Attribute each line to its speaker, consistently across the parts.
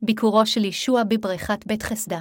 Speaker 1: ביקורו של ישוע בבריכת בית חסדה.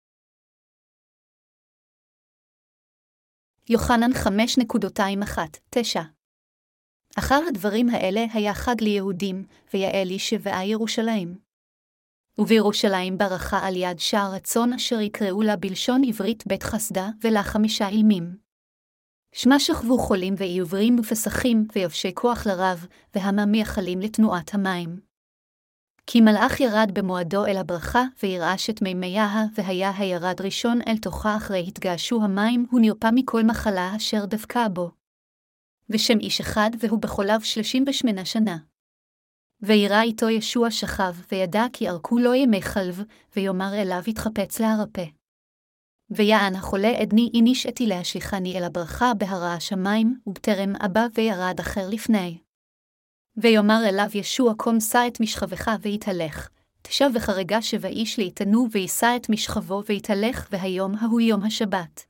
Speaker 1: יוחנן 5:21-9 אחר הדברים האלה היה חג ליהודים, ויעל ישבעה ירושלים. ובירושלים ברכה על יד שער הצאן אשר יקראו לה בלשון עברית בית חסדה, ולה 5 אילמים. שמה שכבו חולים ועיוורים ופסחים ויבשי כוח לרב, והמה מייחלים לתנועת המים. כי מלאך ירד במועדו אל הברכה, וירעש את מימיה, והיה הירד ראשון אל תוכה אחרי התגעשו המים, הוא נרפא מכל מחלה אשר דבקה בו. ושם איש אחד, והוא בחוליו 38 שנה. וירא איתו ישוע שכב, וידע כי ארכו לו ימי חלב, ויאמר אליו יתחפץ להרפא. ויען החולה עדני איניש אתי להשליחני אל הברכה בהרעש המים, ובטרם אבא וירד אחר לפני. ויאמר אליו ישוע קום שא את משכבך ויתהלך, תשב וחרגה 7 איש להתענו וישא את משכבו ויתהלך, והיום ההוא יום השבת.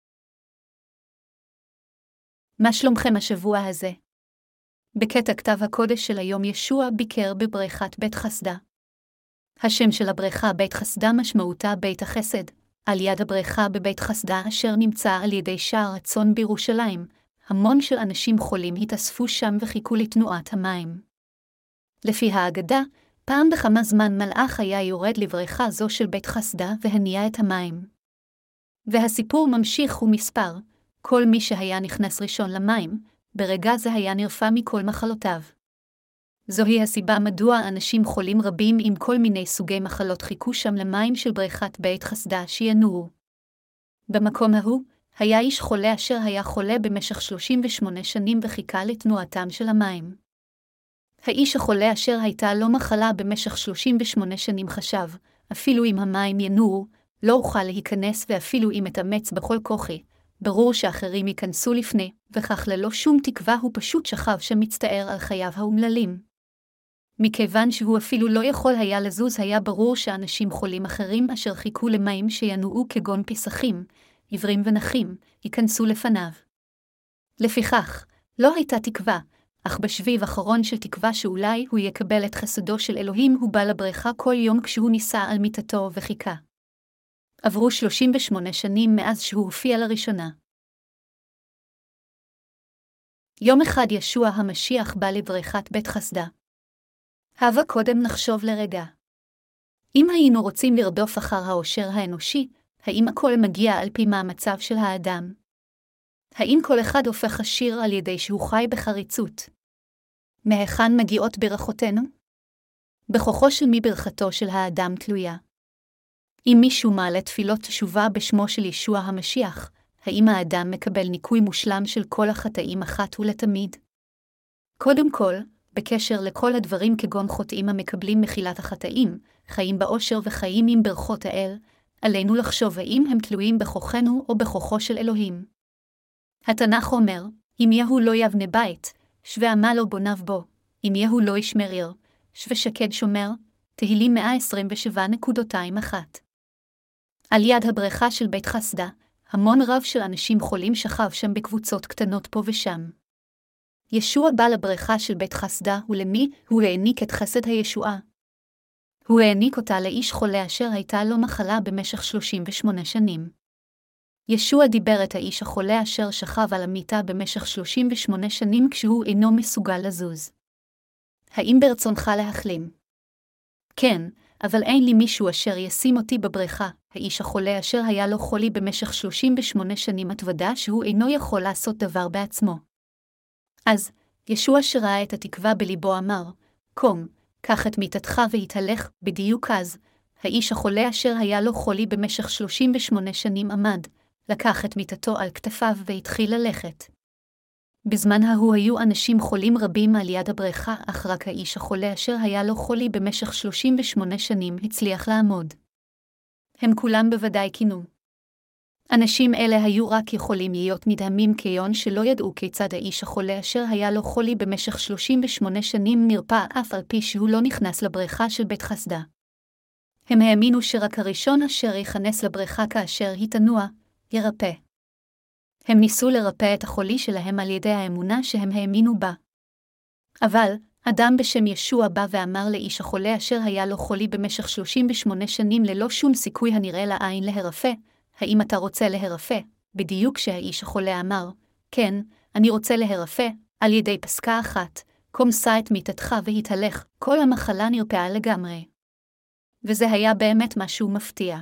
Speaker 1: מה שלומכם השבוע הזה? בקטע כתב הקודש של היום ישוע ביקר בבריכת בית חסדה. השם של הבריכה בית חסדה משמעותה בית החסד, על יד הבריכה בבית חסדה אשר נמצא על ידי שער הצאן בירושלים. המון של אנשים חולים התאספו שם וחיכו לתנועת המים. לפי האגדה, פעם בכמה זמן מלאך היה יורד לבריכה זו של בית חסדה והניע את המים. והסיפור ממשיך ומספר, כל מי שהיה נכנס ראשון למים, ברגע זה היה נרפא מכל מחלותיו. זוהי הסיבה מדוע אנשים חולים רבים עם כל מיני סוגי מחלות חיכו שם למים של בריכת בית חסדה שינועו. במקום ההוא, היה איש חולה אשר היה חולה במשך 38 שנים וחיכה לתנועתם של המים. האיש החולה אשר הייתה לו מחלה במשך 38 שנים חשב, אפילו אם המים ינועו, לא אוכל להיכנס ואפילו אם אתאמץ בכל כוחי, ברור שאחרים ייכנסו לפני, וכך ללא שום תקווה הוא פשוט שכב שמצטער על חייו האומללים. מכיוון שהוא אפילו לא יכול היה לזוז, היה ברור שאנשים חולים אחרים אשר חיכו למים שינועו כגון פסחים, עיוורים ונחים, ייכנסו לפניו. לפיכך, לא הייתה תקווה, אך בשביב אחרון של תקווה שאולי הוא יקבל את חסדו של אלוהים, הוא בא לבריכה כל יום כשהוא ניסה על מיטתו וחיכה. עברו 38 שנים מאז שהוא הופיע לראשונה. יום אחד ישוע המשיח בא לבריכת בית חסדה. הבה קודם נחשוב לרגע. אם היינו רוצים לרדוף אחר האושר האנושי, האם הכל מגיע על פי מאמציו של האדם? האם כל אחד הופך עשיר על ידי שהוא חי בחריצות? מהיכן מגיעות ברכותינו? בכוחו של מי ברכתו של האדם תלויה? אם מישהו מעלה תפילות תשובה בשמו של ישוע המשיח, האם האדם מקבל ניקוי מושלם של כל החטאים אחת ולתמיד? קודם כל, בקשר לכל הדברים כגון חוטאים המקבלים מחילת החטאים, חיים באושר וחיים עם ברכות האל, עלינו לחשוב האם הם תלויים בכוחנו או בכוחו של אלוהים. התנ"ך אומר, אם יהו לא יבנה בית, שווה עמל לא בוניו בו, אם יהו לא ישמר עיר, שווה שקד שומר, תהילים 127:1. על יד הבריכה של בית חסדה, המון רב של אנשים חולים שכב שם בקבוצות קטנות פה ושם. ישוע בא לבריכה של בית חסדה, ולמי הוא העניק את חסד הישועה? הוא העניק אותה לאיש חולה אשר הייתה לו מחלה במשך 38 שנים. ישוע דיבר את האיש החולה אשר שכב על המיטה במשך 38 שנים כשהוא אינו מסוגל לזוז. האם ברצונך להחלים? כן, אבל אין לי מישהו אשר ישים אותי בבריכה. האיש החולה אשר היה לו חולי במשך 38 שנים התוודה שהוא אינו יכול לעשות דבר בעצמו. אז, ישוע שראה את התקווה בליבו אמר, קום, קח את מיטתך והתהלך. בדיוק אז, האיש החולה אשר היה לו חולי במשך 38 שנים עמד, לקח את מיטתו על כתפיו והתחיל ללכת. בזמן ההוא היו אנשים חולים רבים על יד הבריכה, אך רק האיש החולה אשר היה לו חולי במשך 38 שנים הצליח לעמוד. הם כולם בוודאי קינו. אנשים אלה היו רק יכולים להיות נדהמים כיון שלא ידעו כיצד האיש החולה אשר היה לו חולי במשך 38 שנים נרפא אף על פי שהוא לא נכנס לבריכה של בית חסדה. הם האמינו שרק הראשון אשר יכנס לבריכה כאשר היא תנוע, ירפא. הם ניסו לרפא את החולי שלהם על ידי האמונה שהם האמינו בה. אבל, אדם בשם ישוע בא ואמר לאיש החולה אשר היה לו חולי במשך 38 שנים ללא שום סיכוי הנראה לעין להירפא, האם אתה רוצה להירפא? בדיוק שהאיש החולה אמר, כן, אני רוצה להירפא, על ידי פסקה אחת, קום שא את מיטתך והתהלך, כל המחלה נרפאה לגמרי. וזה היה באמת משהו מפתיע.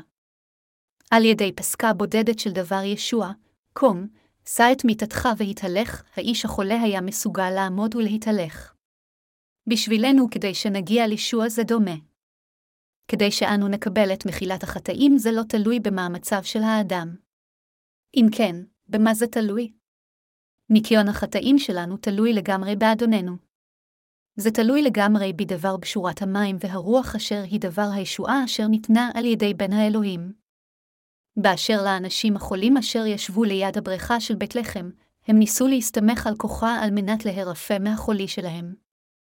Speaker 1: על ידי פסקה בודדת של דבר ישוע, קום, שא את מיטתך והתהלך, האיש החולה היה מסוגל לעמוד ולהתהלך. בשבילנו כדי שנגיע לישוע זה דומה. כדי שאנו נקבל את מחילת החטאים זה לא תלוי במאמציו של האדם. אם כן, במה זה תלוי? ניקיון החטאים שלנו תלוי לגמרי באדוננו. זה תלוי לגמרי בדבר בשורת המים והרוח אשר היא דבר הישועה אשר ניתנה על ידי בן האלוהים. באשר לאנשים החולים אשר ישבו ליד הבריכה של בית לחם, הם ניסו להסתמך על כוחה על מנת להירפא מהחולי שלהם.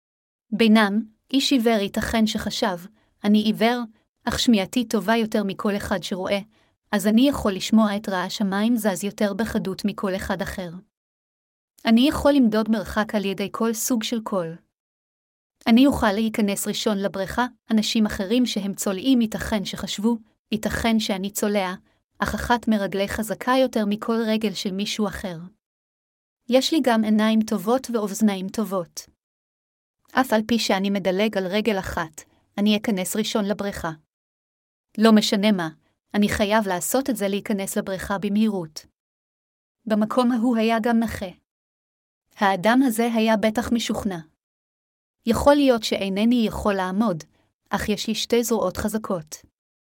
Speaker 1: בינם, איש עיוור ייתכן שחשב, אני עיוור, אך שמיעתי טובה יותר מכל אחד שרואה, אז אני יכול לשמוע את רעש המים זז יותר בחדות מכל אחד אחר. אני יכול למדוד מרחק על ידי כל סוג של קול. אני אוכל להיכנס ראשון לבריכה, אנשים אחרים שהם צולעים ייתכן שחשבו, ייתכן שאני צולע, אך אחת מרגלי חזקה יותר מכל רגל של מישהו אחר. יש לי גם עיניים טובות ואוזניים טובות. אף על פי שאני מדלג על רגל אחת, אני אכנס ראשון לבריכה. לא משנה מה, אני חייב לעשות את זה להיכנס לבריכה במהירות. במקום ההוא היה גם נכה. האדם הזה היה בטח משוכנע. יכול להיות שאינני יכול לעמוד, אך יש לי שתי זרועות חזקות.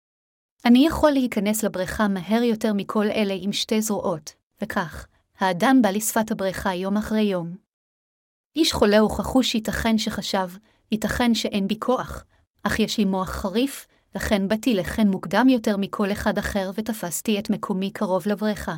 Speaker 1: אני יכול להיכנס לבריכה מהר יותר מכל אלה עם שתי זרועות, וכך, האדם בא לשפת הבריכה יום אחרי יום. איש חולה וכחוש ייתכן שחשב, ייתכן שאין בי כוח, אך יש לי מוח חריף, לכן באתי לכן מוקדם יותר מכל אחד אחר ותפסתי את מקומי קרוב לבריכה.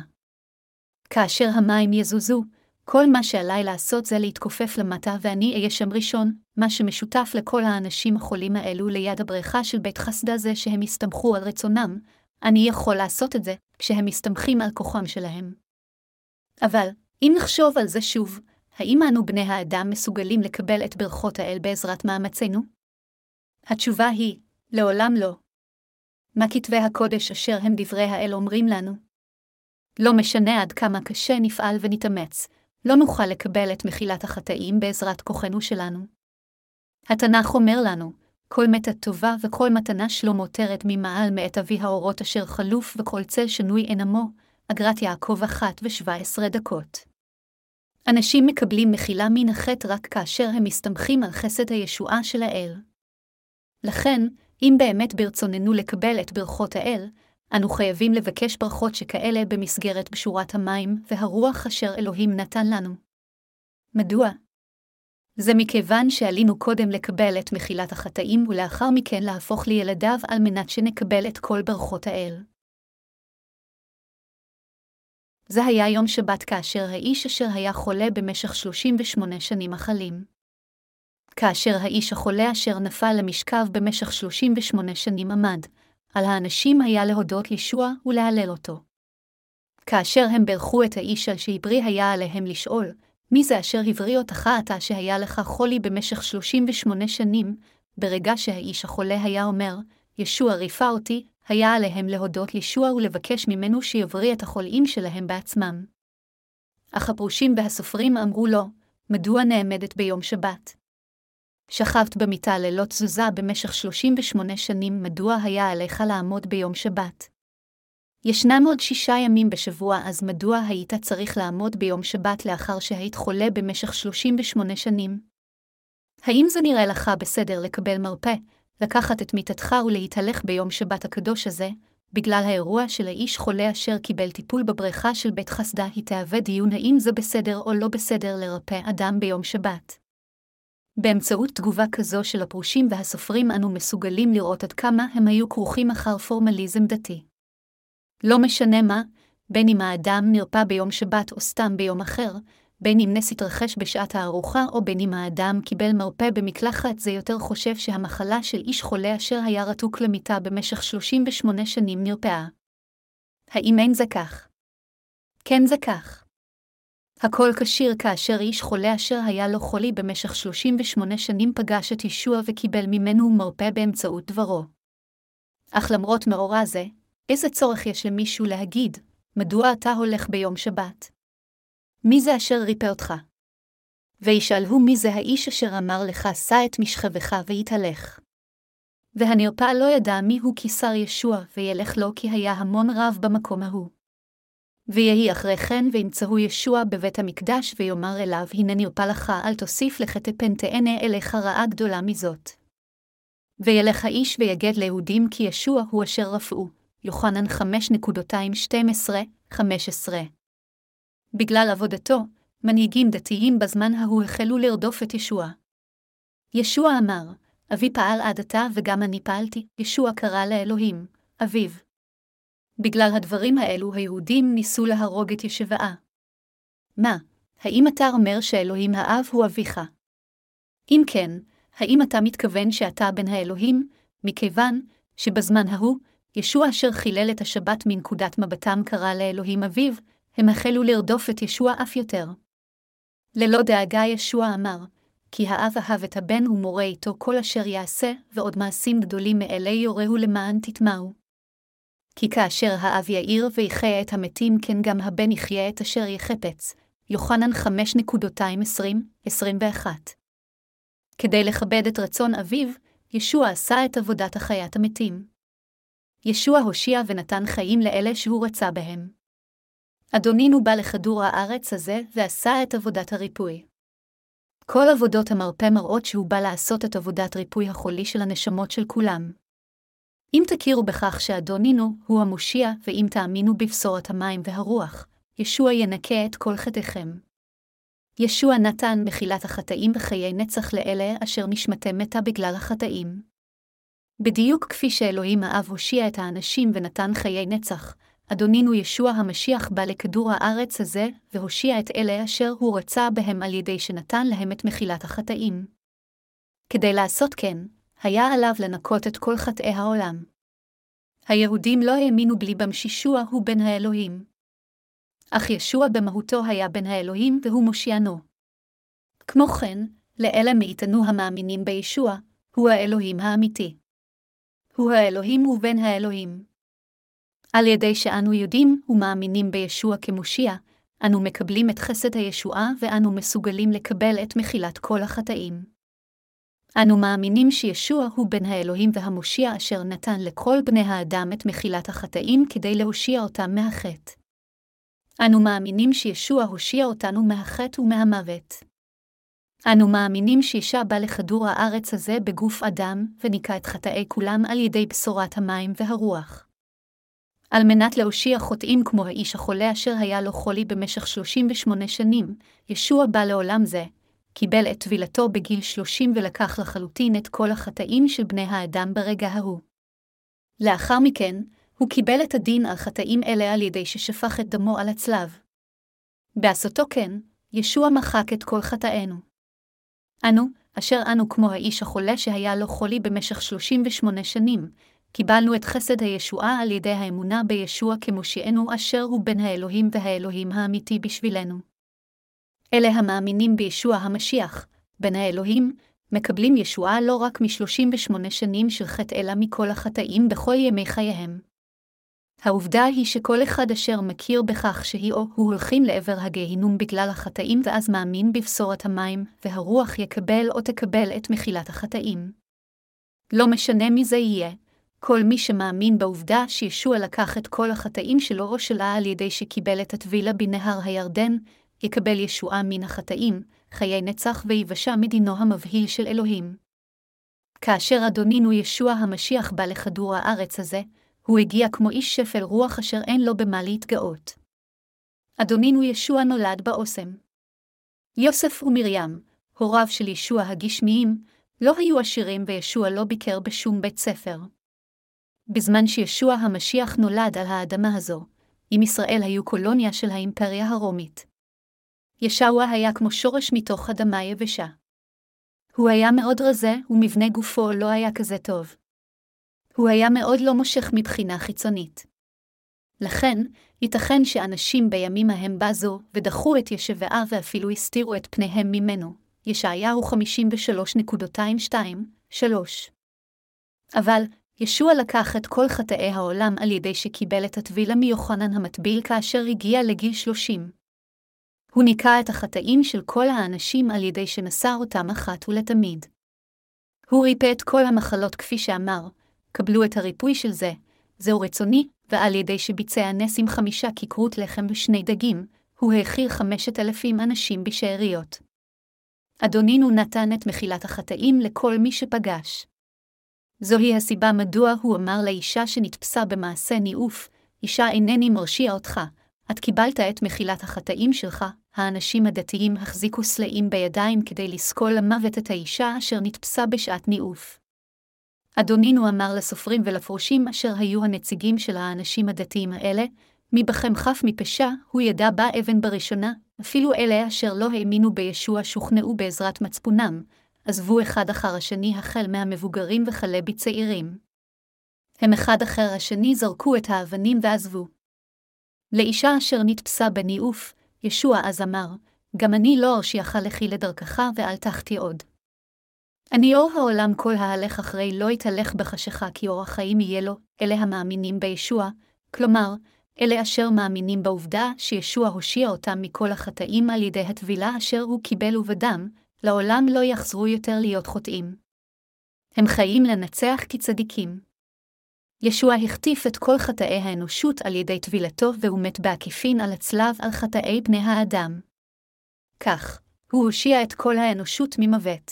Speaker 1: כאשר המים יזוזו, כל מה שעליי לעשות זה להתכופף למטה ואני אהיה שם ראשון, מה שמשותף לכל האנשים החולים האלו ליד הבריכה של בית חסדה זה שהם הסתמכו על רצונם, אני יכול לעשות את זה כשהם מסתמכים על כוחם שלהם. אבל, אם נחשוב על זה שוב, האם אנו בני האדם מסוגלים לקבל את ברכות האל בעזרת מאמצינו? התשובה היא, לעולם לא. מה כתבי הקודש אשר הם דברי האל אומרים לנו? לא משנה עד כמה קשה נפעל ונתאמץ, לא נוכל לקבל את מחילת החטאים בעזרת כוחנו שלנו. התנ"ך אומר לנו, כל מתת טובה וכל מתנה שלא מותרת ממעל מאת אבי האורות אשר חלוף וכל צל שנוי אין עמו, אגרת יעקב 1:17. אנשים מקבלים מחילה מן החטא רק כאשר הם מסתמכים על חסד הישועה של האל. לכן, אם באמת ברצוננו לקבל את ברכות האל, אנו חייבים לבקש ברכות שכאלה במסגרת בשורת המים והרוח אשר אלוהים נתן לנו. מדוע? זה מכיוון שעלינו קודם לקבל את מחילת החטאים ולאחר מכן להפוך לילדיו על מנת שנקבל את כל ברכות האל. זה היה יום שבת כאשר האיש אשר היה חולה במשך 38 שנים החלים. כאשר האיש החולה אשר נפל למשכב במשך 38 שנים עמד, על האנשים היה להודות לישוע ולהלל אותו. כאשר הם ברכו את האיש על שהבריא היה עליהם לשאול, מי זה אשר הבריא אותך אתה שהיה לך חולי במשך 38 שנים, ברגע שהאיש החולה היה אומר, ישוע ריפא אותי, היה עליהם להודות לישוע ולבקש ממנו שיבריא את החולאים שלהם בעצמם. אך הפרושים והסופרים אמרו לו, מדוע נעמדת ביום שבת? שכבת במיטה ללא תזוזה במשך 38 שנים, מדוע היה עליך לעמוד ביום שבת? ישנם עוד 6 ימים בשבוע, אז מדוע היית צריך לעמוד ביום שבת לאחר שהיית חולה במשך 38 שנים? האם זה נראה לך בסדר לקבל מרפא, לקחת את מיטתך ולהתהלך ביום שבת הקדוש הזה, בגלל האירוע של האיש חולה אשר קיבל טיפול בבריכה של בית חסדה, היא תהווה דיון האם זה בסדר או לא בסדר לרפא אדם ביום שבת. באמצעות תגובה כזו של הפרושים והסופרים אנו מסוגלים לראות עד כמה הם היו כרוכים אחר פורמליזם דתי. לא משנה מה, בין אם האדם נרפא ביום שבת או סתם ביום אחר, בין אם נס התרחש בשעת הארוחה או בין אם האדם קיבל מרפא במקלחת, זה יותר חושב שהמחלה של איש חולה אשר היה רתוק למיטה במשך 38 שנים נרפאה. האם אין זה כך? כן זה כך. הכל כשיר כאשר איש חולה אשר היה לו חולי במשך 38 שנים פגש את ישוע וקיבל ממנו מרפא באמצעות דברו. אך למרות מאורע זה, איזה צורך יש למישהו להגיד, מדוע אתה הולך ביום שבת? מי זה אשר ריפא אותך? וישאלו מי זה האיש אשר אמר לך שא את משכבך ויתהלך. והנרפא לא ידע מי הוא כי שר ישוע וילך לו כי היה המון רב במקום ההוא. ויהי אחרי כן וימצאו ישוע בבית המקדש ויאמר אליו הנה נרפא לך אל תוסיף לחטא פן תענה אליך רעה גדולה מזאת. וילך האיש ויגד ליהודים כי ישוע הוא אשר רפאו. יוחנן 5:12-15. בגלל עבודתו, מנהיגים דתיים בזמן ההוא החלו לרדוף את ישוע. ישוע אמר, אבי פעל עד עתה וגם אני פעלתי. ישוע קרא לאלוהים, אביו. בגלל הדברים האלו היהודים ניסו להרוג את ישוע. מה, האם אתה אומר שאלוהים האב הוא אביך? אם כן, האם אתה מתכוון שאתה בן האלוהים, מכיוון שבזמן ההוא, ישוע אשר חילל את השבת מנקודת מבטם קרא לאלוהים אביו, הם החלו לרדוף את ישוע אף יותר. ללא דאגה ישוע אמר, כי האב אהב את הבן ומורה איתו כל אשר יעשה, ועוד מעשים גדולים מאלה יורהו למען תטמעו. כי כאשר האב יאיר ויחיה את המתים כן גם הבן יחיה את אשר יחפץ. יוחנן 5:20-21. כדי לכבד את רצון אביו, ישוע עשה את עבודת החיית המתים. ישוע הושיע ונתן חיים לאלה שהוא רצה בהם. אדונינו בא לכדור הארץ הזה ועשה את עבודת הריפוי. כל עבודות המרפא מראות שהוא בא לעשות את עבודת ריפוי החולי של הנשמות של כולם. אם תכירו בכך שאדונינו הוא המושיע ואם תאמינו בבשורת המים והרוח, ישוע ינקה את כל חטאיכם. ישוע נתן מחילת החטאים בחיי נצח לאלה אשר נשמתם מתה בגלל החטאים. בדיוק כפי שאלוהים האב הושיע את האנשים ונתן חיי נצח, אדונינו ישוע המשיח בא לכדור הארץ הזה והושיע את אלה אשר הוא רצה בהם על ידי שנתן להם את מחילת החטאים. כדי לעשות כן, היה עליו לנקות את כל חטאי העולם. היהודים לא האמינו בליבם שישוע הוא בן האלוהים. אך ישוע במהותו היה בן האלוהים והוא מושיענו. כמו כן, לאלה מאיתנו המאמינים בישוע, הוא האלוהים האמיתי. הוא האלוהים ובן האלוהים. על ידי שאנו יודעים ומאמינים בישוע כמושיע, אנו מקבלים את חסד הישועה ואנו מסוגלים לקבל את מחילת כל החטאים. אנו מאמינים שישוע הוא בן האלוהים והמושיע אשר נתן לכל בני האדם את מחילת החטאים כדי להושיע אותם מהחטא. אנו מאמינים שישוע הושיע אותנו מהחטא ומהמוות. אנו מאמינים שישוע בא לכדור הארץ הזה בגוף אדם וניקה את חטאי כולם על ידי בשורת המים והרוח. על מנת להושיע חוטאים כמו האיש החולה אשר היה לו חולי במשך 38 שנים, ישוע בא לעולם זה, קיבל את טבילתו בגיל 30 ולקח לחלוטין את כל החטאים של בני האדם ברגע ההוא. לאחר מכן, הוא קיבל את הדין על חטאים אלה על ידי ששפך את דמו על הצלב. בעשותו כן, ישוע מחק את כל חטאינו. אנו, אשר אנו כמו האיש החולה שהיה לו חולי במשך 38 שנים, קיבלנו את חסד הישועה על ידי האמונה בישוע כמושיענו אשר הוא בן האלוהים והאלוהים האמיתי בשבילנו. אלה המאמינים בישוע המשיח, בן האלוהים, מקבלים ישועה לא רק מ-38 שנים של חטא אלא מכל החטאים בכל ימי חייהם. העובדה היא שכל אחד אשר מכיר בכך שהיא או הוא הולכים לעבר הגיהינום בגלל החטאים ואז מאמין בבשורת המים והרוח יקבל או תקבל את מחילת החטאים. לא משנה מי זה יהיה, כל מי שמאמין בעובדה שישוע לקח את כל החטאים שלו או שלה על ידי שקיבל את הטבילה בנהר הירדן, יקבל ישועה מן החטאים, חיי נצח ויבשע מדינו המבהיל של אלוהים. כאשר אדונינו ישוע המשיח בא לכדור הארץ הזה, הוא הגיע כמו איש שפל רוח אשר אין לו במה להתגאות. אדונינו ישוע נולד באוסם. יוסף ומרים, הוריו של ישוע הגשמיים, לא היו עשירים וישוע לא ביקר בשום בית ספר. בזמן שישוע המשיח נולד על האדמה הזו, עם ישראל היו קולוניה של האימפריה הרומית. ישוע היה כמו שורש מתוך אדמה יבשה. הוא היה מאוד רזה ומבנה גופו לא היה כזה טוב. הוא היה מאוד לא מושך מבחינה חיצונית. לכן, ייתכן שאנשים בימים ההם בזו ודחו את ישבעה ואפילו הסתירו את פניהם ממנו. ישעיהו 53.22-3. אבל, ישוע לקח את כל חטאי העולם על ידי שקיבל את הטבילה מיוחנן המטביל כאשר הגיע לגיל 30. הוא ניקה את החטאים של כל האנשים על ידי שנשא אותם אחת ולתמיד. הוא ריפא את כל המחלות כפי שאמר, קבלו את הריפוי של זה, זהו רצוני, ועל ידי שביצע נס עם 5 כיכרות לחם ו2 דגים, הוא האכיל 5,000 אנשים בשאריות. אדונינו נתן את מחילת החטאים לכל מי שפגש. זוהי הסיבה מדוע הוא אמר לאישה שנתפסה במעשה ניאוף, אישה אינני מרשיע אותך, את קיבלת את מחילת החטאים שלך. האנשים הדתיים החזיקו סלעים בידיים כדי לסקול למוות את האישה אשר נתפסה בשעת ניאוף. אדונינו אמר לסופרים ולפרושים אשר היו הנציגים של האנשים הדתיים האלה, מי בכם חף מפשע, הוא ידע בה אבן בראשונה, אפילו אלה אשר לא האמינו בישוע שוכנעו בעזרת מצפונם, עזבו אחד אחר השני החל מהמבוגרים וכלה בצעירים. הם אחד אחר השני זרקו את האבנים ועזבו. לאישה אשר נתפסה בניאוף, ישוע אז אמר, גם אני לא ארשיעך לכי לדרכך ואל תחטא עוד. אני אור העולם כל ההלך אחרי לא יתהלך בחשכה כי אור החיים יהיה לו, אלה המאמינים בישוע, כלומר, אלה אשר מאמינים בעובדה שישוע הושיע אותם מכל החטאים על ידי הטבילה אשר הוא קיבל ובדם, לעולם לא יחזרו יותר להיות חוטאים. הם חיים לנצח כצדיקים. ישוע החטיף את כל חטאי האנושות על ידי טבילתו והוא מת בעקיפין על הצלב על חטאי בני האדם. כך, הוא הושיע את כל האנושות ממוות.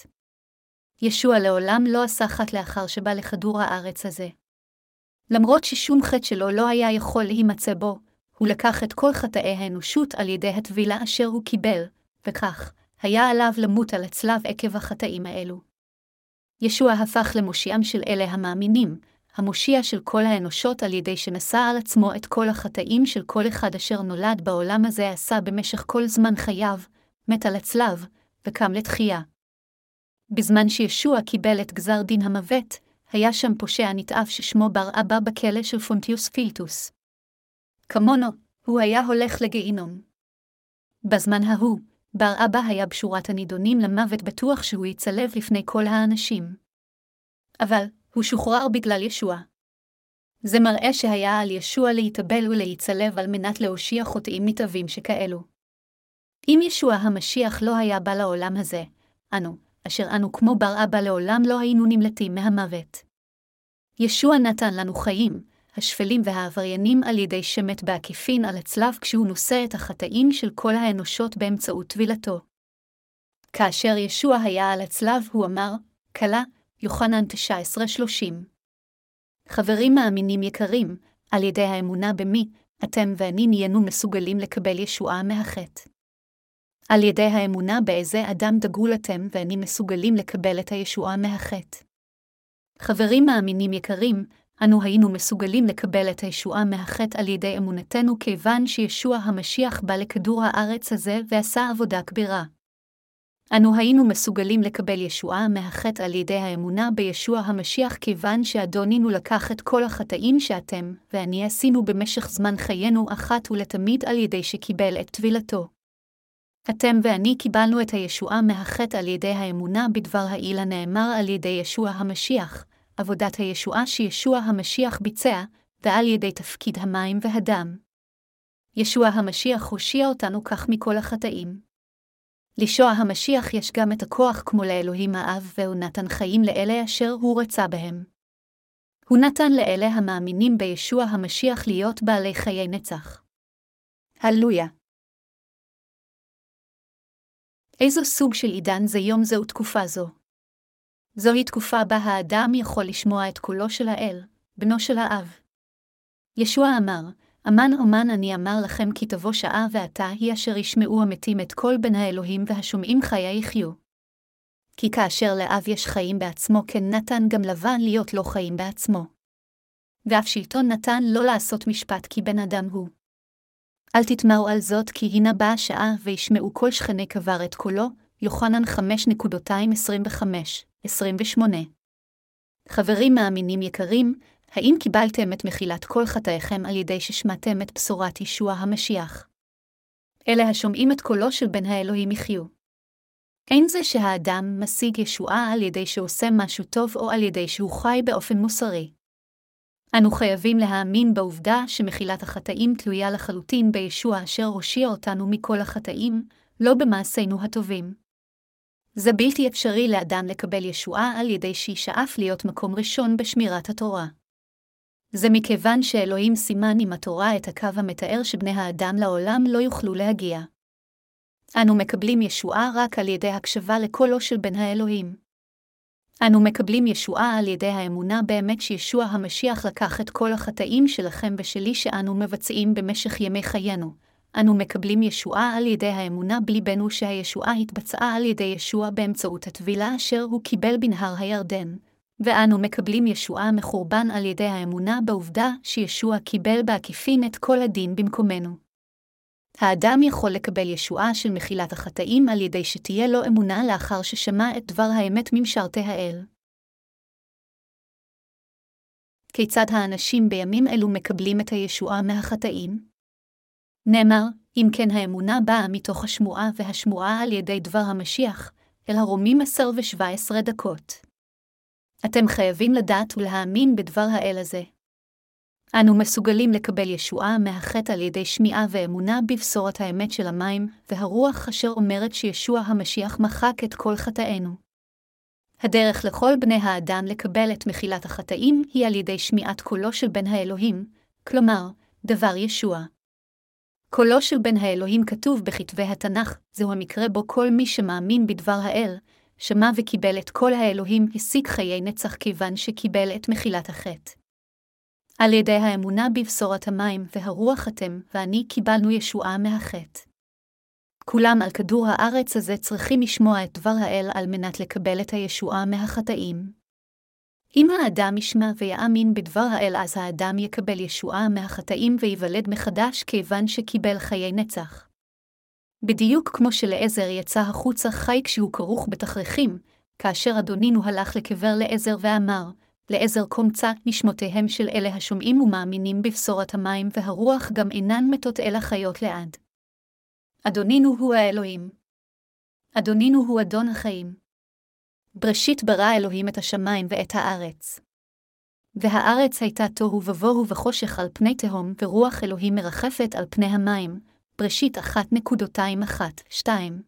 Speaker 1: ישוע לעולם לא עשה חטא לאחר שבא לכדור הארץ הזה. למרות ששום חטא שלו לא היה יכול להימצא בו, הוא לקח את כל חטאי האנושות על ידי הטבילה אשר הוא קיבל, וכך, היה עליו למות על הצלב עקב החטאים האלו. ישוע הפך למושיעם של אלה המאמינים, המושיע של כל האנושות על ידי שנשא על עצמו את כל החטאים של כל אחד אשר נולד בעולם הזה עשה במשך כל זמן חייו, מת על הצלב, וקם לתחייה. בזמן שישוע קיבל את גזר דין המוות, היה שם פושע נתעב ששמו בר אבא בכלא של פונטיוס פילטוס. כמונו, הוא היה הולך לגיהינום. בזמן ההוא, בר אבא היה בשורת הנידונים למוות בטוח שהוא יצלב לפני כל האנשים. אבל, הוא שוחרר בגלל ישוע. זה מראה שהיה על ישוע להתאבל ולהיצלב על מנת להושיע חוטאים מתאבים שכאלו. אם ישוע המשיח לא היה בא לעולם הזה, אנו, אשר אנו כמו בר אבא לעולם לא היינו נמלטים מהמוות. ישוע נתן לנו חיים, השפלים והעבריינים על ידי שמת בעקיפין על הצלב כשהוא נושא את החטאים של כל האנושות באמצעות טבילתו. כאשר ישוע היה על הצלב הוא אמר, כלה, יוחנן 19:30. חברים מאמינים יקרים, על ידי האמונה במי, אתם ואני נהיינו מסוגלים לקבל ישועה מהחטא. על ידי האמונה באיזה אדם דגול אתם ואני מסוגלים לקבל את הישועה מהחטא. חברים מאמינים יקרים, אנו היינו מסוגלים לקבל את הישועה מהחטא על ידי אמונתנו כיוון שישוע המשיח בא לכדור הארץ הזה ועשה עבודה כבירה. אנו היינו מסוגלים לקבל ישועה מהחטא על ידי האמונה בישוע המשיח כיוון שאדונינו לקח את כל החטאים שאתם ואני עשינו במשך זמן חיינו אחת ולתמיד על ידי שקיבל את טבילתו. אתם ואני קיבלנו את הישועה מהחטא על ידי האמונה בדבר העיל הנאמר על ידי ישוע המשיח, עבודת הישועה שישוע המשיח ביצע, ועל ידי תפקיד המים והדם. ישוע המשיח הושיע אותנו כך מכל החטאים. לישוע המשיח יש גם את הכוח כמו לאלוהים האב והוא נתן חיים לאלה אשר הוא רצה בהם. הוא נתן לאלה המאמינים בישוע המשיח להיות בעלי חיי נצח. הללויה. איזו סוג של עידן זה יום זה ותקופה זו? זוהי תקופה בה האדם יכול לשמוע את קולו של האל, בנו של האב. ישוע אמר, אמן אמן אני אמר לכם כי תבוא שעה ועתה היא אשר ישמעו המתים את קול בן האלוהים והשומעים חיה יחיו. כי כאשר לאב יש חיים בעצמו כן נתן גם לבן להיות לו חיים בעצמו. ואף שלטון נתן לא לעשות משפט כי בן אדם הוא. אל תתמרו על זאת כי הנה באה שעה וישמעו כל שכני קבר את קולו, יוחנן 5:25-28. חברים מאמינים יקרים, האם קיבלתם את מחילת כל חטאיכם על ידי ששמעתם את בשורת ישוע המשיח? אלה השומעים את קולו של בן האלוהים יחיו. אין זה שהאדם משיג ישועה על ידי שעושה משהו טוב או על ידי שהוא חי באופן מוסרי. אנו חייבים להאמין בעובדה שמחילת החטאים תלויה לחלוטין בישוע אשר הושיע אותנו מכל החטאים, לא במעשינו הטובים. זה בלתי אפשרי לאדם לקבל ישועה על ידי שישאף להיות מקום ראשון בשמירת התורה. זה מכיוון שאלוהים סימן עם התורה את הקו המתאר שבני האדם לעולם לא יוכלו להגיע. אנו מקבלים ישועה רק על ידי הקשבה לקולו של בן האלוהים. אנו מקבלים ישועה על ידי האמונה באמת שישוע המשיח לקח את כל החטאים שלכם ושלי שאנו מבצעים במשך ימי חיינו. אנו מקבלים ישועה על ידי האמונה בליבנו שהישועה התבצעה על ידי ישוע באמצעות הטבילה אשר הוא קיבל בנהר הירדן. ואנו מקבלים ישועה מחורבן על ידי האמונה בעובדה שישוע קיבל בעקיפין את כל הדין במקומנו. האדם יכול לקבל ישועה של מחילת החטאים על ידי שתהיה לו אמונה לאחר ששמע את דבר האמת ממשרתי האל. כיצד האנשים בימים אלו מקבלים את הישועה מהחטאים? נאמר, אם כן האמונה באה מתוך השמועה והשמועה על ידי דבר המשיח, אל הרומים 10:17 דקות. אתם חייבים לדעת ולהאמין בדבר האל הזה. אנו מסוגלים לקבל ישועה מהחטא על ידי שמיעה ואמונה בבשורת האמת של המים והרוח אשר אומרת שישוע המשיח מחק את כל חטאינו. הדרך לכל בני האדם לקבל את מחילת החטאים היא על ידי שמיעת קולו של בן האלוהים, כלומר, דבר ישוע. קולו של בן האלוהים כתוב בכתבי התנ"ך, זהו המקרה בו כל מי שמאמין בדבר האל, שמע וקיבל את כל האלוהים השיג חיי נצח כיוון שקיבל את מחילת החטא. על ידי האמונה בבשורת המים והרוח אתם ואני קיבלנו ישועה מהחטא. כולם על כדור הארץ הזה צריכים לשמוע את דבר האל על מנת לקבל את הישועה מהחטאים. אם האדם ישמע ויאמין בדבר האל אז האדם יקבל ישועה מהחטאים ויוולד מחדש כיוון שקיבל חיי נצח. בדיוק כמו שלעזר יצא החוצה חי כשהוא כרוך בתכריכים, כאשר אדונינו הלך לקבר לעזר ואמר, לעזר קומצא נשמותיהם של אלה השומעים ומאמינים בבשורת המים והרוח גם אינן מתות אלא חיות לעד. אדונינו הוא האלוהים. אדונינו הוא אדון החיים. בראשית ברא אלוהים את השמיים ואת הארץ. והארץ הייתה תוהו ובוהו וחושך על פני תהום ורוח אלוהים מרחפת על פני המים. בראשית 1:1-2.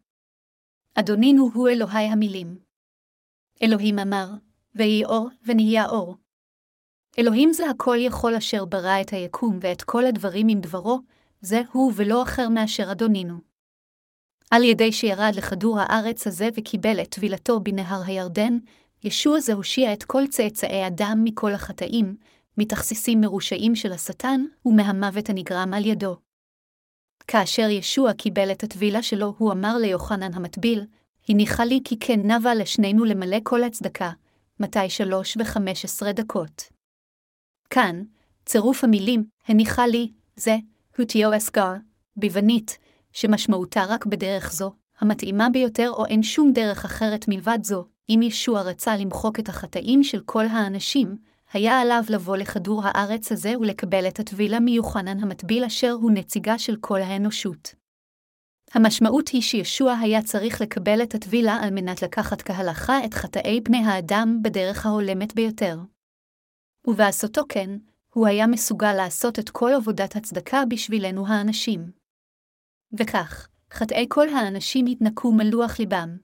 Speaker 1: אדונינו הוא אלוהי המילים. אלוהים אמר, ויהי אור, ונהיה אור. אלוהים זה הכל יכול אשר ברא את היקום ואת כל הדברים עם דברו, זה הוא ולא אחר מאשר אדונינו. על ידי שירד לכדור הארץ הזה וקיבל את טבילתו בנהר הירדן, ישוע זה הושיע את כל צאצאי אדם מכל החטאים, מתכסיסים מרושעים של השטן ומהמוות הנגרם על ידו. כאשר ישוע קיבל את הטבילה שלו, הוא אמר ליוחנן המטביל, הניחה לי כי כן נבע לשנינו למלא כל הצדקה, מתי 3:15. כאן, צירוף המילים, הניחה לי, זה, הוטיו אסגר, ביוונית, שמשמעותה רק בדרך זו, המתאימה ביותר או אין שום דרך אחרת מלבד זו, אם ישוע רצה למחוק את החטאים של כל האנשים, היה עליו לבוא לכדור הארץ הזה ולקבל את הטבילה מיוחנן המטביל אשר הוא נציגה של כל האנושות. המשמעות היא שישוע היה צריך לקבל את הטבילה על מנת לקחת כהלכה את חטאי בני האדם בדרך ההולמת ביותר. ובעשותו כן, הוא היה מסוגל לעשות את כל עבודת הצדקה בשבילנו האנשים. וכך, חטאי כל האנשים התנקו מלוח ליבם.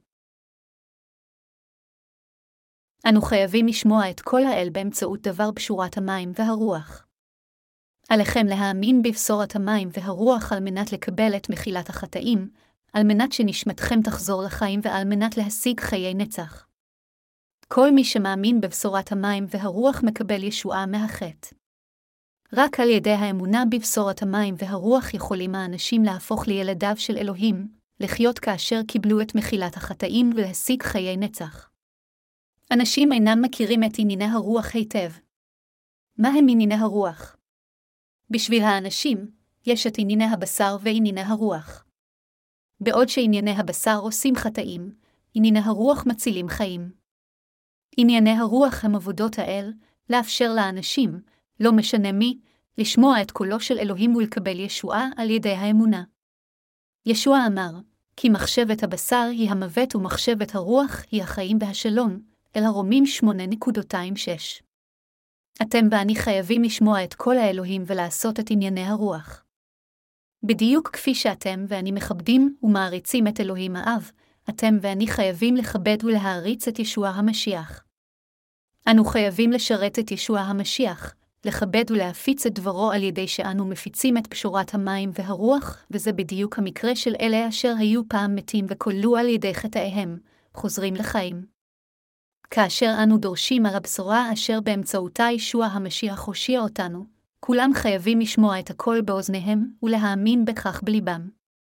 Speaker 1: אנו חייבים לשמוע את כל האל באמצעות דבר בשורת המים והרוח. עליכם להאמין בבשורת המים והרוח על מנת לקבל את מחילת החטאים, על מנת שנשמתכם תחזור לחיים ועל מנת להשיג חיי נצח. כל מי שמאמין בבשורת המים והרוח מקבל ישועה מהחטא. רק על ידי האמונה בבשורת המים והרוח יכולים האנשים להפוך לילדיו של אלוהים, לחיות כאשר קיבלו את מחילת החטאים ולהשיג חיי נצח. אנשים אינם מכירים את ענייני הרוח היטב. מה הם ענייני הרוח? בשביל האנשים, יש את ענייני הבשר וענייני הרוח. בעוד שענייני הבשר עושים חטאים, ענייני הרוח מצילים חיים. ענייני הרוח הם עבודות האל, לאפשר לאנשים, לא משנה מי, לשמוע את קולו של אלוהים ולקבל ישועה על ידי האמונה. ישוע אמר, כי מחשבת הבשר היא המוות ומחשבת הרוח היא החיים והשלום, אל הרומים 8.26. אתם ואני חייבים לשמוע את קול האלוהים ולעשות את ענייני הרוח. בדיוק כפי שאתם ואני מכבדים ומעריצים את אלוהים האב, אתם ואני חייבים לכבד ולהעריץ את ישוע המשיח. אנו חייבים לשרת את ישוע המשיח, לכבד ולהפיץ את דברו על ידי שאנו מפיצים את פשורת המים והרוח, וזה בדיוק המקרה של אלה אשר היו פעם מתים וקוללו על ידי חטאיהם, חוזרים לחיים. כאשר אנו דורשים על הבשורה אשר באמצעותה ישוע המשיח הושיע אותנו, כולם חייבים לשמוע את הקול באוזניהם ולהאמין בכך בליבם.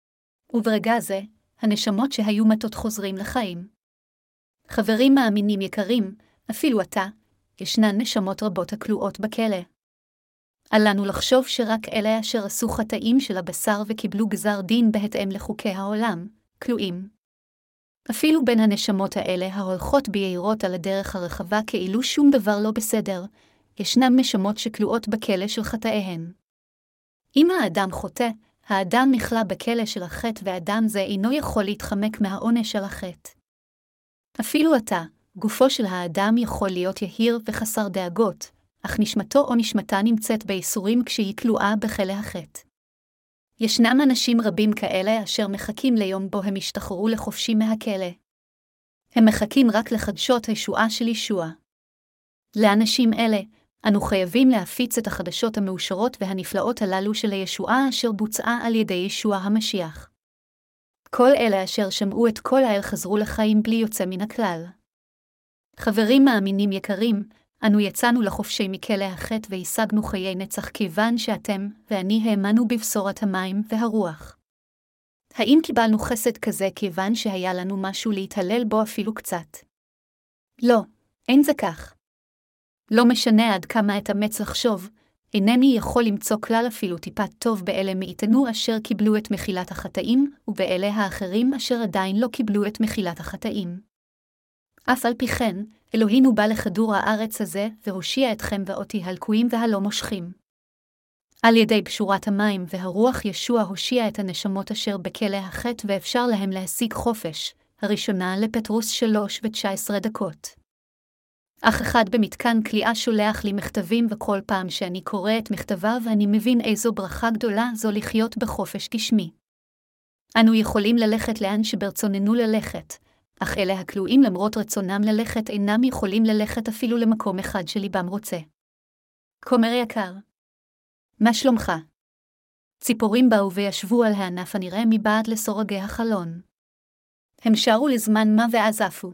Speaker 1: וברגע זה, הנשמות שהיו מתות חוזרים לחיים. חברים מאמינים יקרים, אפילו אתה, ישנן נשמות רבות הכלואות בכלא. אל לנו לחשוב שרק אלה אשר עשו חטאים של הבשר וקיבלו גזר דין בהתאם לחוקי העולם, כלואים. אפילו בין הנשמות האלה ההולכות ביעירות על הדרך הרחבה כאילו שום דבר לא בסדר, ישנם נשמות שכלואות בכלא של חטאיהן. אם האדם חוטא, האדם נכלא בכלא של החטא ואדם זה אינו יכול להתחמק מהעונש על החטא. אפילו אתה, גופו של האדם יכול להיות יהיר וחסר דאגות, אך נשמתו או נשמתה נמצאת בייסורים כשהיא כלואה בכלא החטא. ישנם אנשים רבים כאלה אשר מחכים ליום בו הם ישתחררו לחופשי מהכלא. הם מחכים רק לחדשות הישועה של ישוע. לאנשים אלה, אנו חייבים להפיץ את החדשות המאושרות והנפלאות הללו של הישועה אשר בוצעה על ידי ישוע המשיח. כל אלה אשר שמעו את כל האל חזרו לחיים בלי יוצא מן הכלל. חברים מאמינים יקרים, אנו יצאנו לחופשי מכלא החטא והשגנו חיי נצח כיוון שאתם ואני האמנו בבשורת המים והרוח. האם קיבלנו חסד כזה כיוון שהיה לנו משהו להתהלל בו אפילו קצת? לא, אין זה כך. לא משנה עד כמה אתאמץ לחשוב, אינני יכול למצוא כלל אפילו טיפת טוב באלה מאיתנו אשר קיבלו את מחילת החטאים, ובאלה האחרים אשר עדיין לא קיבלו את מחילת החטאים. אף על פי כן, אלוהינו בא לכדור הארץ הזה והושיע אתכם ואותי הלקויים והלא מושכים. על ידי פשורת המים והרוח ישוע הושיע את הנשמות אשר בכלא החטא ואפשר להם להשיג חופש, הראשונה לפטרוס 3:19. אך אחד במתקן כליאה שולח לי מכתבים וכל פעם שאני קורא את מכתביו אני מבין איזו ברכה גדולה זו לחיות בחופש גשמי. אנו יכולים ללכת לאן שברצוננו ללכת, אך אלה הכלואים למרות רצונם ללכת אינם יכולים ללכת אפילו למקום אחד שליבם רוצה. כומר יקר, מה שלומך? ציפורים באו וישבו על הענף הנראה מבעד לסורגי החלון. הם שרו לזמן מה ואז עפו.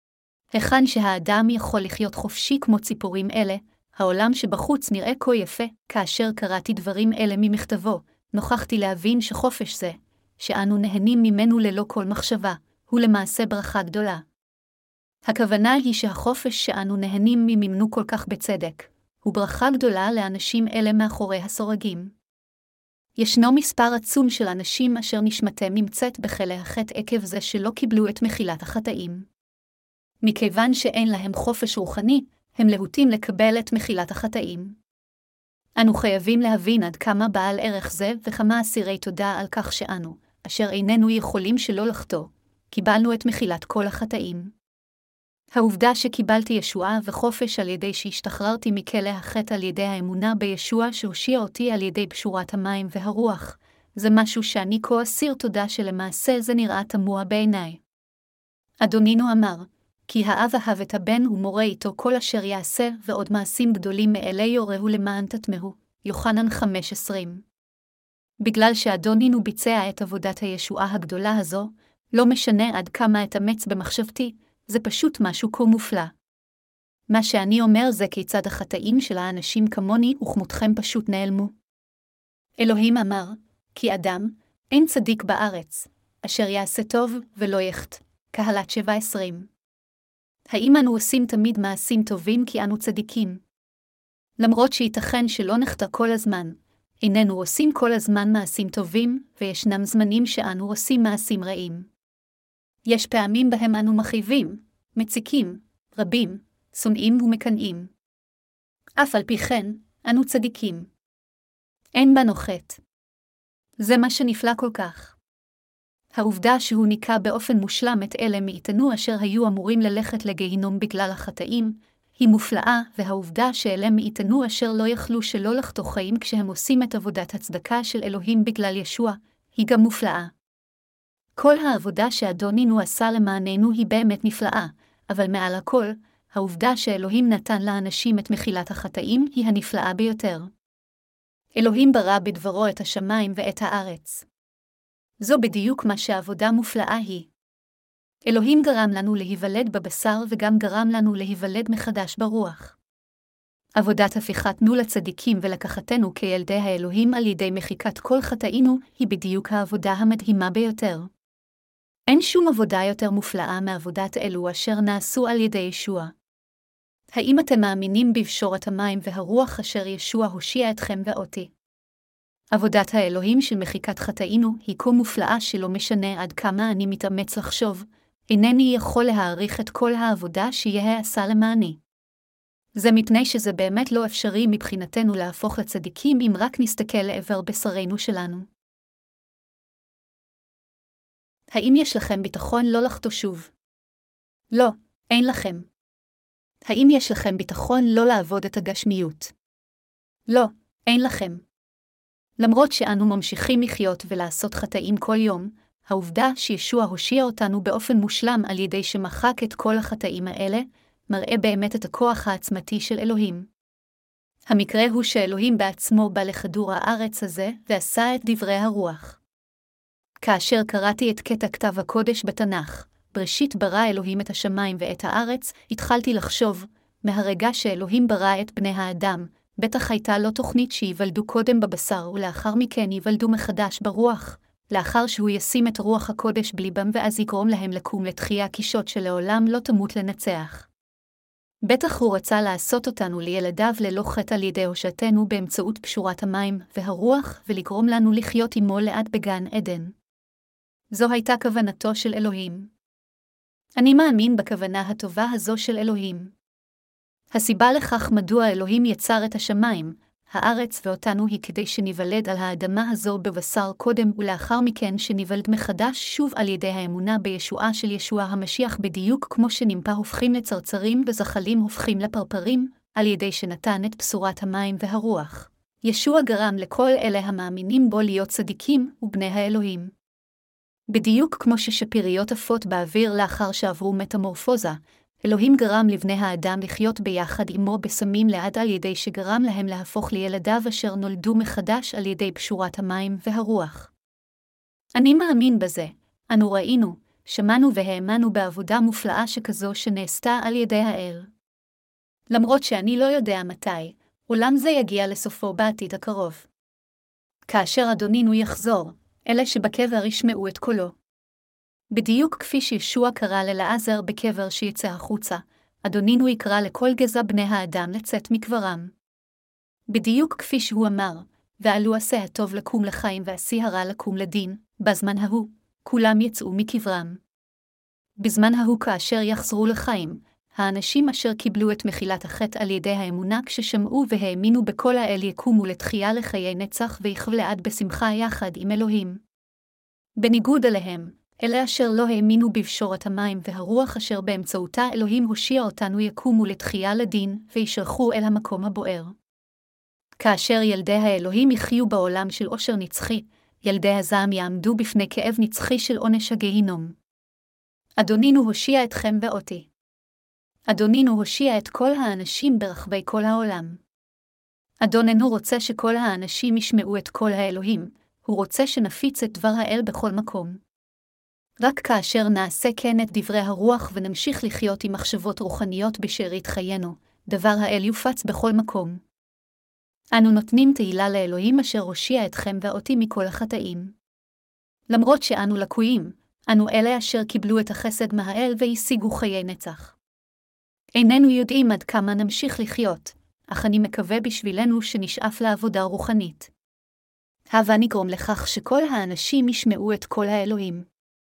Speaker 1: היכן שהאדם יכול לחיות חופשי כמו ציפורים אלה, העולם שבחוץ נראה כה יפה, כאשר קראתי דברים אלה ממכתבו, נוכחתי להבין שחופש זה, שאנו נהנים ממנו ללא כל מחשבה, הוא למעשה ברכה גדולה. הכוונה היא שהחופש שאנו נהנים ממנו כל כך בצדק, הוא ברכה גדולה לאנשים אלה מאחורי הסורגים. ישנו מספר עצום של אנשים אשר נשמתם נמצאת בכלא החטא עקב זה שלא קיבלו את מחילת החטאים. מכיוון שאין להם חופש רוחני, הם להוטים לקבל את מחילת החטאים. אנו חייבים להבין עד כמה בעל ערך זה וכמה אסירי תודה על כך שאנו, אשר איננו יכולים שלא לחטוא, קיבלנו את מחילת כל החטאים. העובדה שקיבלתי ישועה וחופש על ידי שהשתחררתי מכלא החטא על ידי האמונה בישוע שהושיע אותי על ידי פשורת המים והרוח, זה משהו שאני כה אסיר תודה שלמעשה זה נראה תמוה בעיניי. אדונינו אמר, כי האב אהב את הבן ומורה איתו כל אשר יעשה ועוד מעשים גדולים מאלה יורהו למען תטמהו, יוחנן 5:20. בגלל שאדונינו ביצע את עבודת הישועה הגדולה הזו, לא משנה עד כמה אתאמץ במחשבתי, זה פשוט משהו כה מופלא. מה שאני אומר זה כיצד החטאים של האנשים כמוני וכמותכם פשוט נעלמו. אלוהים אמר, כי אדם, אין צדיק בארץ, אשר יעשה טוב ולא יחטא, קהלת 7:20. האם אנו עושים תמיד מעשים טובים כי אנו צדיקים? למרות שייתכן שלא נחטא כל הזמן, איננו עושים כל הזמן מעשים טובים, וישנם זמנים שאנו עושים מעשים רעים. יש פעמים בהם אנו מכאיבים, מציקים, רבים, שונאים ומקנאים. אף על פי כן, אנו צדיקים. אין בנו חטא. זה מה שנפלא כל כך. העובדה שהוא ניקה באופן מושלם את אלה מאיתנו אשר היו אמורים ללכת לגיהינום בגלל החטאים, היא מופלאה, והעובדה שאלה מאיתנו אשר לא יכלו שלא לחטוא חיים כשהם עושים את עבודת הצדקה של אלוהים בגלל ישוע, היא גם מופלאה. כל העבודה שאדונינו עשה למעננו היא באמת נפלאה, אבל מעל הכל, העובדה שאלוהים נתן לאנשים את מחילת החטאים היא הנפלאה ביותר. אלוהים ברא בדברו את השמיים ואת הארץ. זו בדיוק מה שהעבודה מופלאה היא. אלוהים גרם לנו להיוולד בבשר וגם גרם לנו להיוולד מחדש ברוח. עבודת הפיכתנו לצדיקים ולקחתנו כילדי האלוהים על ידי מחיקת כל חטאינו היא בדיוק העבודה המדהימה ביותר. אין שום עבודה יותר מופלאה מעבודת אלו אשר נעשו על ידי ישוע. האם אתם מאמינים בפשורת המים והרוח אשר ישוע הושיע אתכם ואותי? עבודת האלוהים של מחיקת חטאינו היא כה מופלאה שלא משנה עד כמה אני מתאמץ לחשוב, אינני יכול להעריך את כל העבודה שיהיה עשה למעני. זה מפני שזה באמת לא אפשרי מבחינתנו להפוך לצדיקים אם רק נסתכל לעבר בשרנו שלנו. האם יש לכם ביטחון לא לחטוא שוב? לא, אין לכם. האם יש לכם ביטחון לא לעבוד את הגשמיות? לא, אין לכם. למרות שאנו ממשיכים לחיות ולעשות חטאים כל יום, העובדה שישוע הושיע אותנו באופן מושלם על ידי שמחק את כל החטאים האלה, מראה באמת את הכוח העצמתי של אלוהים. המקרה הוא שאלוהים בעצמו בא לכדור הארץ הזה ועשה את דברי הרוח. כאשר קראתי את קטע כתב הקודש בתנ"ך, בראשית ברא אלוהים את השמיים ואת הארץ, התחלתי לחשוב, מהרגע שאלוהים ברא את בני האדם, בטח הייתה לו תוכנית שיוולדו קודם בבשר ולאחר מכן יוולדו מחדש ברוח, לאחר שהוא ישים את רוח הקודש בליבם ואז יגרום להם לקום לתחייה קישות שלעולם לא תמות לנצח. בטח הוא רצה לעשות אותנו לילדיו ללא חטא על ידי הושעתנו באמצעות פשורת המים והרוח ולגרום לנו לחיות עמו לעד בגן עדן. זו הייתה כוונתו של אלוהים. אני מאמין בכוונה הטובה הזו של אלוהים. הסיבה לכך מדוע אלוהים יצר את השמיים, הארץ ואותנו היא כדי שניוולד על האדמה הזו בבשר קודם ולאחר מכן שניוולד מחדש שוב על ידי האמונה בישועה של ישוע המשיח בדיוק כמו שנמפה הופכים לצרצרים וזחלים הופכים לפרפרים, על ידי שנתן את בשורת המים והרוח. ישוע גרם לכל אלה המאמינים בו להיות צדיקים ובני האלוהים. בדיוק כמו ששפיריות עפות באוויר לאחר שעברו מטמורפוזה, אלוהים גרם לבני האדם לחיות ביחד עמו בסמים לעד על ידי שגרם להם להפוך לילדיו אשר נולדו מחדש על ידי פשורת המים והרוח. אני מאמין בזה, אנו ראינו, שמענו והאמנו בעבודה מופלאה שכזו שנעשתה על ידי האל. למרות שאני לא יודע מתי, עולם זה יגיע לסופו בעתיד הקרוב. כאשר אדונינו יחזור, אלה שבקבר ישמעו את קולו. בדיוק כפי שישוע קרא לאלעזר בקבר שיצא החוצה, אדונינו יקרא לכל גזע בני האדם לצאת מקברם. בדיוק כפי שהוא אמר, ועלו עשה הטוב לקום לחיים ועשי הרע לקום לדין, בזמן ההוא, כולם יצאו מקברם. בזמן ההוא כאשר יחזרו לחיים, האנשים אשר קיבלו את מחילת החטא על ידי האמונה כששמעו והאמינו בכל האל יקומו לתחייה לחיי נצח ויחו לעד בשמחה יחד עם אלוהים. בניגוד אליהם, אלה אשר לא האמינו בפשורת המים והרוח אשר באמצעותה אלוהים הושיע אותנו יקומו לתחייה לדין וישלחו אל המקום הבוער. כאשר ילדי האלוהים יחיו בעולם של עושר נצחי, ילדי הזעם יעמדו בפני כאב נצחי של עונש הגיהינום. אדונינו הושיע אתכם ואותי. אדונינו הושיע את כל האנשים ברחבי כל העולם. אדוננו רוצה שכל האנשים ישמעו את כל האלוהים, הוא רוצה שנפיץ את דבר האל בכל מקום. רק כאשר נעשה כן את דברי הרוח ונמשיך לחיות עם מחשבות רוחניות בשארית חיינו, דבר האל יופץ בכל מקום. אנו נותנים תהילה לאלוהים אשר הושיע אתכם ואותי מכל החטאים. למרות שאנו לקויים, אנו אלה אשר קיבלו את החסד מהאל והשיגו חיי נצח. איננו יודעים עד כמה נמשיך לחיות, אך אני מקווה בשבילנו שנשאף לעבודה רוחנית. הבה נגרום לכך שכל האנשים ישמעו את כל האלוהים.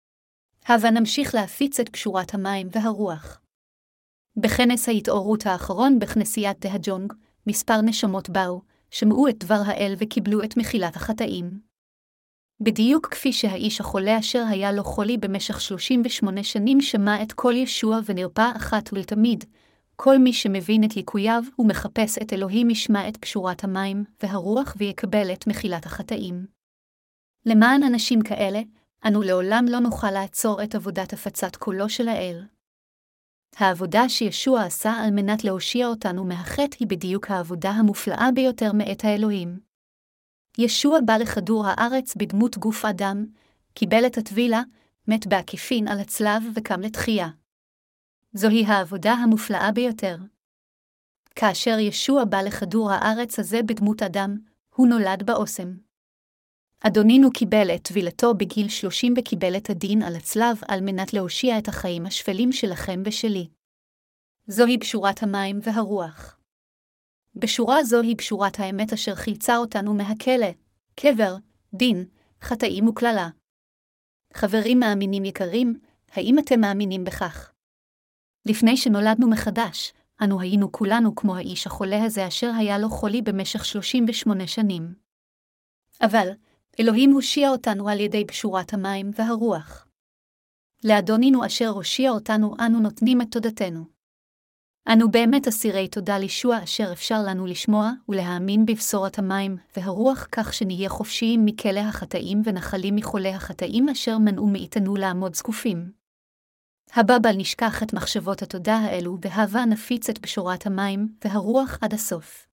Speaker 1: הבה נמשיך להפיץ את פשורת המים והרוח. בכנס ההתעוררות האחרון בכנסיית דהג'ונג, מספר נשמות באו, שמעו את דבר האל וקיבלו את מחילת החטאים. בדיוק כפי שהאיש החולה אשר היה לו חולי במשך 38 שנים שמע את קול ישוע ונרפא אחת ולתמיד, כל מי שמבין את ליקוייו ומחפש את אלוהים ישמע את פשורת המים והרוח ויקבל את מחילת החטאים. למען אנשים כאלה, אנו לעולם לא נוכל לעצור את עבודת הפצת קולו של האל. העבודה שישוע עשה על מנת להושיע אותנו מהחטא היא בדיוק העבודה המופלאה ביותר מאת האלוהים. ישוע בא לכדור הארץ בדמות גוף אדם, קיבל את הטבילה, מת בעקיפין על הצלב וקם לתחייה. זוהי העבודה המופלאה ביותר. כאשר ישוע בא לכדור הארץ הזה בדמות אדם, הוא נולד באוסם. אדונינו קיבל את טבילתו בגיל 30 וקיבל את הדין על הצלב על מנת להושיע את החיים השפלים שלכם ושלי. זוהי בשורת המים והרוח. בשורה זו היא בשורת האמת אשר חילצה אותנו מהכלא, קבר, דין, חטאים וקללה. חברים מאמינים יקרים, האם אתם מאמינים בכך? לפני שנולדנו מחדש, אנו היינו כולנו כמו האיש החולה הזה אשר היה לו חולי במשך 38 שנים. אבל, אלוהים הושיע אותנו על ידי בשורת המים והרוח. לאדונינו אשר הושיע אותנו אנו נותנים את תודתנו. אנו באמת אסירי תודה לישוע אשר אפשר לנו לשמוע ולהאמין בבשורת המים והרוח כך שנהיה חופשיים מכלא החטאים ונחלים מחולי החטאים אשר מנעו מאיתנו לעמוד זקופים. הבא בל נשכח את מחשבות התודה האלו והבה נפיץ את בשורת המים והרוח עד הסוף.